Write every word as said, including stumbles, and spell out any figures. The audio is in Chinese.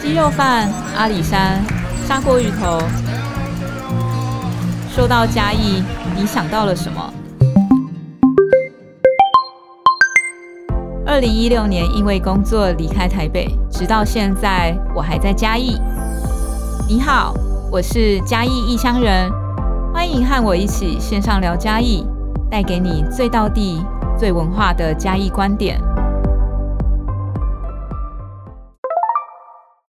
鸡肉饭、阿里山、砂锅鱼头。说到嘉义，你想到了什么？二零一六年因为工作离开台北，直到现在我还在嘉义。你好，我是嘉义异乡人，欢迎和我一起线上聊嘉义，带给你最道地、最文化的嘉义观点。